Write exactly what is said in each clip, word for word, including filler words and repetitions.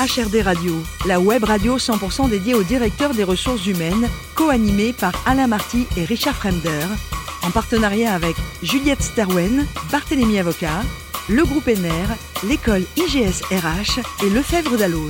H R D Radio, la web radio cent pour cent dédiée aux directeurs des ressources humaines, co-animée par Alain Marty et Richard Fremder, en partenariat avec Juliette Sterwen, Barthélémy Avocat, le groupe N R, l'école I G S R H et Lefebvre d'Alloz.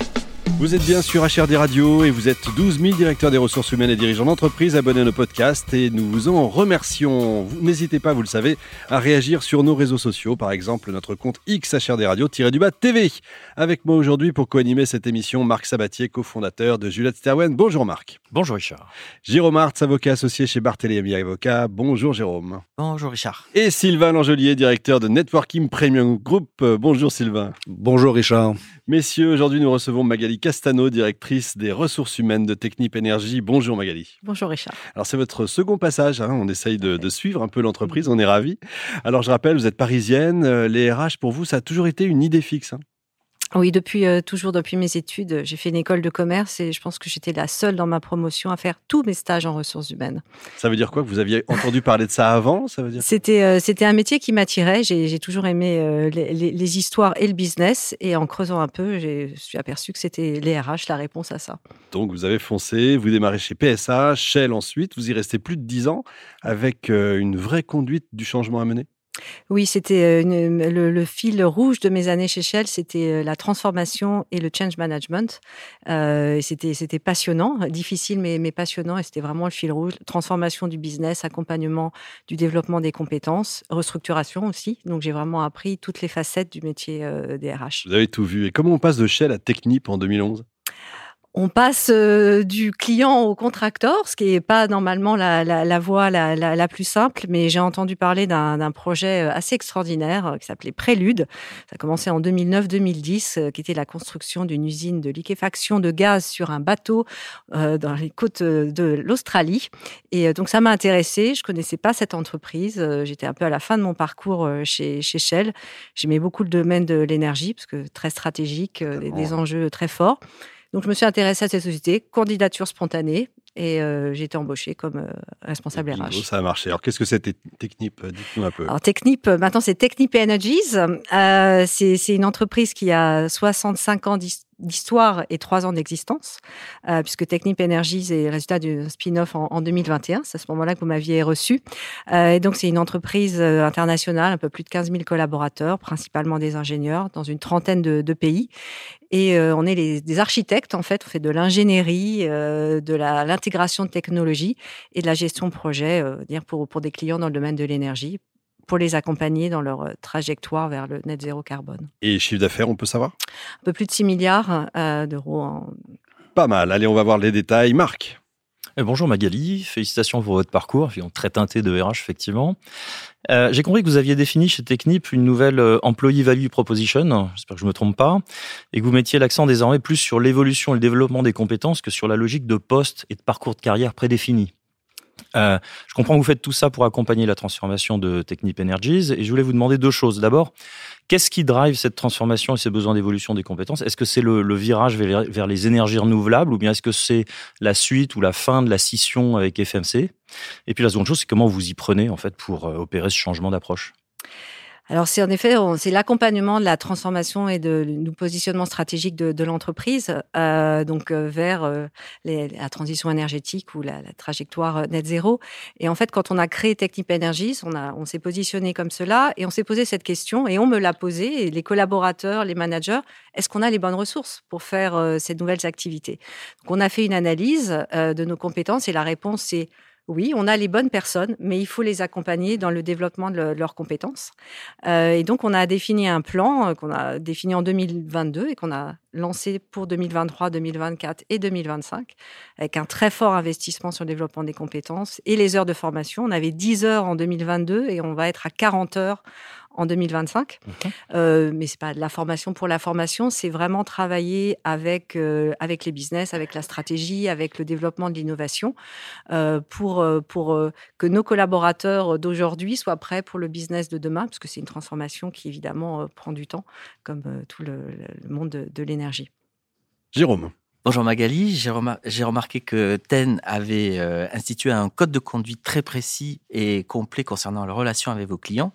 Vous êtes bien sur H R D Radio et vous êtes douze mille directeurs des ressources humaines et dirigeants d'entreprise abonnés à nos podcasts et nous vous en remercions. Vous, n'hésitez pas, vous le savez, à réagir sur nos réseaux sociaux, par exemple notre compte X H R D Radio-du-bas T V. Avec moi aujourd'hui pour co-animer cette émission, Marc Sabatier, cofondateur de Juliette Sterwen. Bonjour Marc. Bonjour Richard. Jérôme Hartz, avocat associé chez Barthélémy Avocat. Bonjour Jérôme. Bonjour Richard. Et Sylvain Langelier, directeur de Networking Premium Group. Bonjour Sylvain. Bonjour Richard. Messieurs, aujourd'hui nous recevons Magali Castano, directrice des ressources humaines de Technip Energies. Bonjour Magali. Bonjour Richard. Alors c'est votre second passage, hein, on essaye de, de suivre un peu l'entreprise, on est ravis. Alors je rappelle, vous êtes parisienne, les R H pour vous ça a toujours été une idée fixe, hein? Oui, depuis euh, toujours depuis mes études, j'ai fait une école de commerce et je pense que j'étais la seule dans ma promotion à faire tous mes stages en ressources humaines. Ça veut dire quoi? Vous aviez entendu parler de ça avant? Ça veut dire C'était euh, c'était un métier qui m'attirait. J'ai, j'ai toujours aimé euh, les, les, les histoires et le business et en creusant un peu, j'ai, je me suis aperçu que c'était les R H la réponse à ça. Donc vous avez foncé, vous démarrez chez P S A, Shell ensuite, vous y restez plus de dix ans avec euh, une vraie conduite du changement à mener? Oui, c'était une, le, le fil rouge de mes années chez Shell, c'était la transformation et le change management. Euh, c'était, c'était passionnant, difficile mais, mais passionnant, et c'était vraiment le fil rouge. Transformation du business, accompagnement du développement des compétences, restructuration aussi. Donc j'ai vraiment appris toutes les facettes du métier euh, des R H. Vous avez tout vu. Et comment on passe de Shell à Technip en deux mille onze? On passe euh, du client au contracteur, ce qui n'est pas normalement la, la, la voie la, la, la plus simple, mais j'ai entendu parler d'un, d'un projet assez extraordinaire euh, qui s'appelait Prélude. Ça a commencé en deux mille neuf deux mille dix, euh, qui était la construction d'une usine de liquéfaction de gaz sur un bateau euh, dans les côtes de l'Australie. Et euh, donc ça m'a intéressée, je ne connaissais pas cette entreprise, euh, j'étais un peu à la fin de mon parcours euh, chez, chez Shell. J'aimais beaucoup le domaine de l'énergie, parce que très stratégique, euh, des, des enjeux très forts. Donc, je me suis intéressée à cette société, candidature spontanée, et euh, j'ai été embauchée comme euh, responsable bingo, R H. Ça a marché. Alors, qu'est-ce que c'était Technip? Dites-nous un peu. Alors, Technip, maintenant, c'est Technip Energies. Euh, c'est, c'est une entreprise qui a soixante-cinq ans d'histoire et trois ans d'existence, euh, puisque Technip Energies est le résultat du spin-off en, en deux mille vingt et un. C'est à ce moment-là que vous m'aviez reçu. Euh, et donc, c'est une entreprise internationale, un peu plus de quinze mille collaborateurs, principalement des ingénieurs, dans une trentaine de, de pays. Et euh, on est les, des architectes, en fait. On fait de l'ingénierie, euh, de la, l'intégration de technologies et de la gestion de projets euh, dire pour, pour des clients dans le domaine de l'énergie, pour les accompagner dans leur trajectoire vers le net zéro carbone. Et chiffre d'affaires, on peut savoir? Un peu plus de six milliards euh, d'euros. En... Pas mal. Allez, on va voir les détails. Marc? Et bonjour Magali, félicitations pour votre parcours, très teinté de R H effectivement. Euh, j'ai compris que vous aviez défini chez Technip une nouvelle euh, Employee Value Proposition, j'espère que je ne me trompe pas, et que vous mettiez l'accent désormais plus sur l'évolution et le développement des compétences que sur la logique de poste et de parcours de carrière prédéfinis. Euh, je comprends que vous faites tout ça pour accompagner la transformation de Technip Energies et je voulais vous demander deux choses. D'abord, qu'est-ce qui drive cette transformation et ces besoins d'évolution des compétences? Est-ce que c'est le, le virage vers, vers les énergies renouvelables ou bien est-ce que c'est la suite ou la fin de la scission avec F M C? Et puis la seconde chose, c'est comment vous y prenez en fait pour euh, opérer ce changement d'approche? Alors, c'est en effet, on, c'est l'accompagnement de la transformation et de, du positionnement stratégique de, de l'entreprise, euh, donc euh, vers euh, les, la transition énergétique ou la, la trajectoire net zéro. Et en fait, quand on a créé Technip Energies, on, a, on s'est positionné comme cela et on s'est posé cette question et on me l'a posée, et les collaborateurs, les managers, est-ce qu'on a les bonnes ressources pour faire euh, ces nouvelles activités? Donc, on a fait une analyse euh, de nos compétences et la réponse, c'est oui, on a les bonnes personnes, mais il faut les accompagner dans le développement de, le, de leurs compétences. Euh, et donc, on a défini un plan euh, qu'on a défini en deux mille vingt-deux et qu'on a lancé pour deux mille vingt-trois, deux mille vingt-quatre et deux mille vingt-cinq, avec un très fort investissement sur le développement des compétences et les heures de formation. On avait dix heures en deux mille vingt-deux et on va être à quarante heures en deux mille vingt-cinq. Okay. Euh, mais c'est pas de la formation pour la formation, c'est vraiment travailler avec, euh, avec les business, avec la stratégie, avec le développement de l'innovation euh, pour, pour euh, que nos collaborateurs d'aujourd'hui soient prêts pour le business de demain, parce que c'est une transformation qui, évidemment, euh, prend du temps, comme euh, tout le, le monde de, de l'énergie. Jérôme. Bonjour Magali, j'ai, remar- j'ai remarqué que T E N avait euh, institué un code de conduite très précis et complet concernant la relation avec vos clients.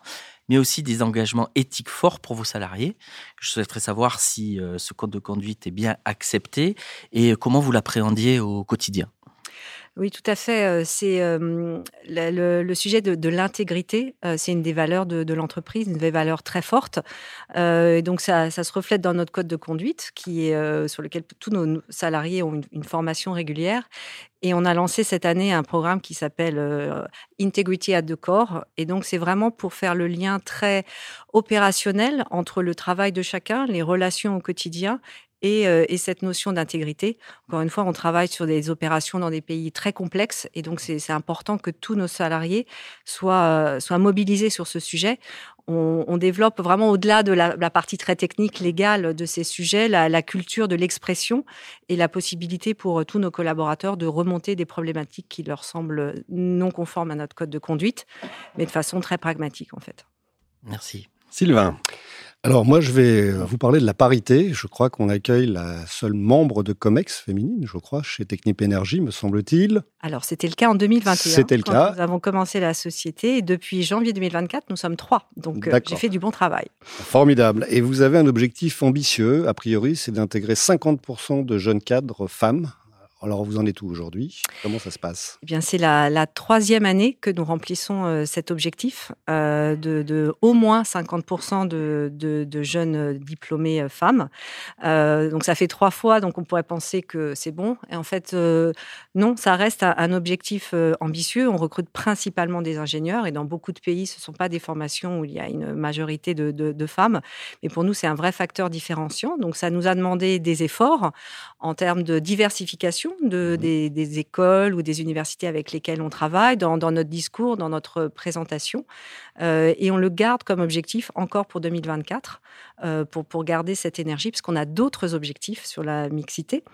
mais aussi des engagements éthiques forts pour vos salariés. Je souhaiterais savoir si euh, ce code de conduite est bien accepté et comment vous l'appréhendiez au quotidien. Oui, tout à fait. C'est euh, le, le, le sujet de, de l'intégrité. Euh, c'est une des valeurs de, de l'entreprise, une des valeurs très fortes. Euh, et donc, ça, ça se reflète dans notre code de conduite, qui est euh, sur lequel tous nos salariés ont une, une formation régulière. Et on a lancé cette année un programme qui s'appelle euh, Integrity at the Core. Et donc, c'est vraiment pour faire le lien très opérationnel entre le travail de chacun, les relations au quotidien, Et, euh, et cette notion d'intégrité. Encore une fois, on travaille sur des opérations dans des pays très complexes et donc c'est, c'est important que tous nos salariés soient, euh, soient mobilisés sur ce sujet. On, on développe vraiment au-delà de la, la partie très technique, légale de ces sujets, la, la culture de l'expression et la possibilité pour tous nos collaborateurs de remonter des problématiques qui leur semblent non conformes à notre code de conduite, mais de façon très pragmatique en fait. Merci. Sylvain. Alors moi, je vais vous parler de la parité. Je crois qu'on accueille la seule membre de COMEX féminine, je crois, chez Technip Energies, me semble-t-il. Alors, c'était le cas en deux mille vingt et un. C'était le quand cas. Nous avons commencé la société et depuis janvier deux mille vingt-quatre, nous sommes trois. Donc, euh, j'ai fait du bon travail. Formidable. Et vous avez un objectif ambitieux, a priori, c'est d'intégrer cinquante pour cent de jeunes cadres femmes. Alors, vous en êtes où aujourd'hui ? Comment ça se passe ? Eh bien, c'est la, la troisième année que nous remplissons euh, cet objectif euh, de, de au moins cinquante pour cent de, de, de jeunes diplômés euh, femmes. Euh, donc, ça fait trois fois, donc on pourrait penser que c'est bon. Et en fait, euh, non, ça reste un, un objectif euh, ambitieux. On recrute principalement des ingénieurs et dans beaucoup de pays, ce ne sont pas des formations où il y a une majorité de, de, de femmes. Mais pour nous, c'est un vrai facteur différenciant. Donc, ça nous a demandé des efforts en termes de diversification De, des, des écoles ou des universités avec lesquelles on travaille, dans, dans notre discours, dans notre présentation. Euh, et on le garde comme objectif encore pour deux mille vingt-quatre, euh, pour, pour garder cette énergie, parce qu'on a d'autres objectifs sur la mixité,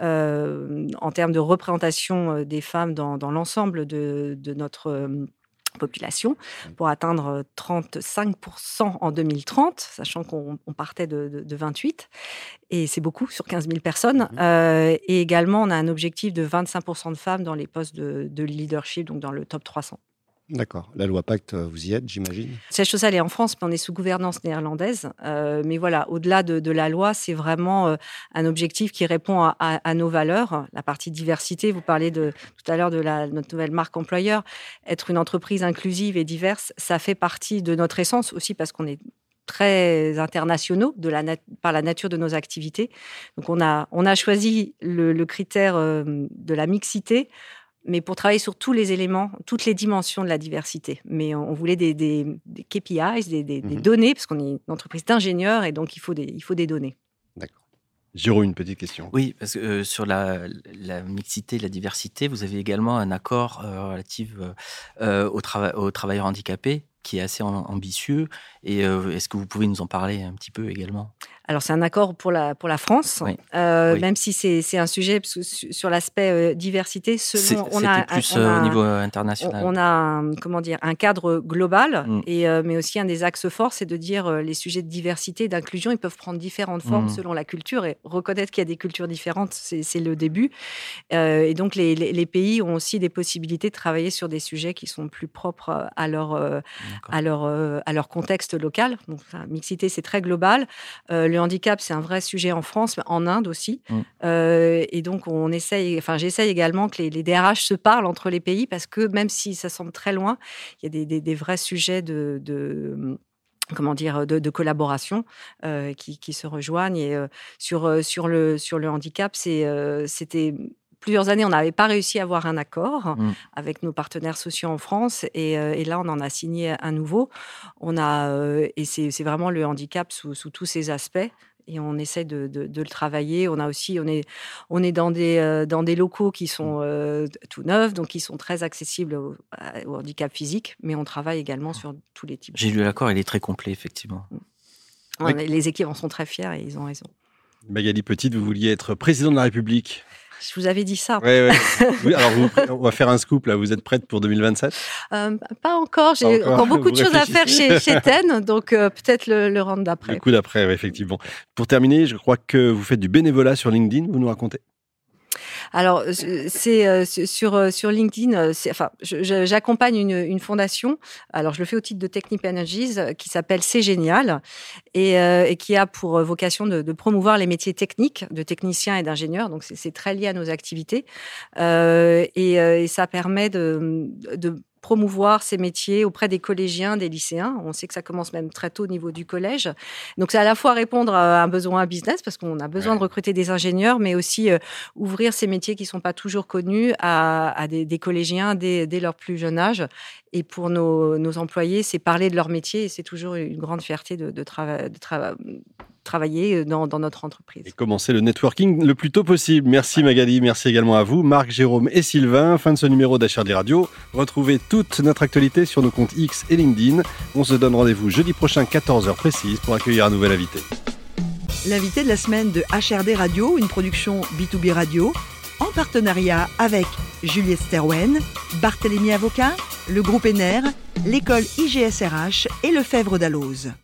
euh, en termes de représentation des femmes dans, dans l'ensemble de, de notre... Euh, population, pour atteindre trente-cinq pour cent en deux mille trente, sachant qu'on on partait de, de, de vingt-huit, et c'est beaucoup sur quinze mille personnes. Mmh. Euh, et également, on a un objectif de vingt-cinq pour cent de femmes dans les postes de, de leadership, donc dans le top trois cents. D'accord. La loi Pacte, vous y êtes, j'imagine ? Le siège social est en France, mais on est sous gouvernance néerlandaise. Euh, mais voilà, au-delà de, de la loi, c'est vraiment euh, un objectif qui répond à, à, à nos valeurs. La partie diversité, vous parliez de, tout à l'heure de la, notre nouvelle marque employeur. Être une entreprise inclusive et diverse, ça fait partie de notre essence aussi parce qu'on est très internationaux de la nat- par la nature de nos activités. Donc on a, on a choisi le, le critère euh, de la mixité, mais pour travailler sur tous les éléments, toutes les dimensions de la diversité. Mais on voulait des, des, des K P Is, des, des, mmh. des données, parce qu'on est une entreprise d'ingénieurs et donc il faut des, il faut des données. D'accord. Jérôme, une petite question. Oui, parce que euh, sur la, la mixité, la diversité, vous avez également un accord euh, relatif euh, aux, trava- aux travailleurs handicapés qui est assez ambitieux. Et euh, est-ce que vous pouvez nous en parler un petit peu également ? Alors, c'est un accord pour la, pour la France, oui. Euh, oui. même si c'est, c'est un sujet sur l'aspect euh, diversité. Selon, c'est, on c'était a, plus on a, au niveau international. On, on a un, comment dire, un cadre global, mm. et, euh, mais aussi un des axes forts, c'est de dire euh, les sujets de diversité et d'inclusion, ils peuvent prendre différentes formes mm. selon la culture. Et reconnaître qu'il y a des cultures différentes, c'est, c'est le début. Euh, et donc, les, les, les pays ont aussi des possibilités de travailler sur des sujets qui sont plus propres à leur, euh, à leur, euh, à leur contexte local. Donc, la mixité, c'est très global. Euh, le handicap, c'est un vrai sujet en France, mais en Inde aussi. Mmh. Euh, et donc, on essaye, enfin, j'essaye également que les, les D R H se parlent entre les pays parce que même si ça semble très loin, il y a des, des, des vrais sujets de, de comment dire, de, de collaboration euh, qui, qui se rejoignent. Et euh, sur, sur, le, sur le handicap, c'est, euh, c'était... Plusieurs années, on n'avait pas réussi à avoir un accord mmh. avec nos partenaires sociaux en France. Et, euh, et là, on en a signé un nouveau. On a, euh, et c'est, c'est vraiment le handicap sous, sous tous ses aspects. Et on essaie de, de, de le travailler. On a aussi, on est, on est dans des, euh, dans des locaux qui sont euh, tout neufs, donc qui sont très accessibles au, au handicap physique. Mais on travaille également sur tous les types. J'ai lu l'accord, il est très complet, effectivement. Mmh. Ouais, les équipes en sont très fiers et ils ont raison. Magali Petite, vous vouliez être président de la République ? Je vous avais dit ça. Ouais, ouais. Oui, alors, vous, on va faire un scoop, là. Vous êtes prête pour deux mille vingt-sept ? euh, Pas encore. J'ai pas encore, encore beaucoup de choses à faire chez, chez Ten, donc euh, peut-être le, le round d'après. Le coup d'après, ouais, effectivement. Pour terminer, je crois que vous faites du bénévolat sur LinkedIn, vous nous racontez ? Alors, c'est sur, sur LinkedIn, c'est, enfin, je, j'accompagne une, une fondation, alors je le fais au titre de Technip Energies, qui s'appelle C'est Génial, et, euh, et qui a pour vocation de, de promouvoir les métiers techniques, de techniciens et d'ingénieurs, donc c'est, c'est très lié à nos activités, euh, et, et ça permet de, de promouvoir ces métiers auprès des collégiens, des lycéens. On sait que ça commence même très tôt au niveau du collège. Donc, c'est à la fois répondre à un besoin business, parce qu'on a besoin ouais. de recruter des ingénieurs, mais aussi euh, ouvrir ces métiers qui ne sont pas toujours connus à, à des, des collégiens dès, dès leur plus jeune âge. Et pour nos, nos employés, c'est parler de leur métier, et c'est toujours une grande fierté de, de, trava- de trava- travailler dans, dans notre entreprise. Et commencer le networking le plus tôt possible. Merci Magali, merci également à vous, Marc, Jérôme et Sylvain. Fin de ce numéro d'H R D Radio. Retrouvez toute notre actualité sur nos comptes X et LinkedIn. On se donne rendez-vous jeudi prochain, quatorze heures précise, pour accueillir un nouvel invité. L'invité de la semaine de H R D Radio, une production B deux B Radio, en partenariat avec Juliette Sterwen, Barthélémy Avocat, le groupe Ener, l'école I G S R H et Lefebvre d'Alloz.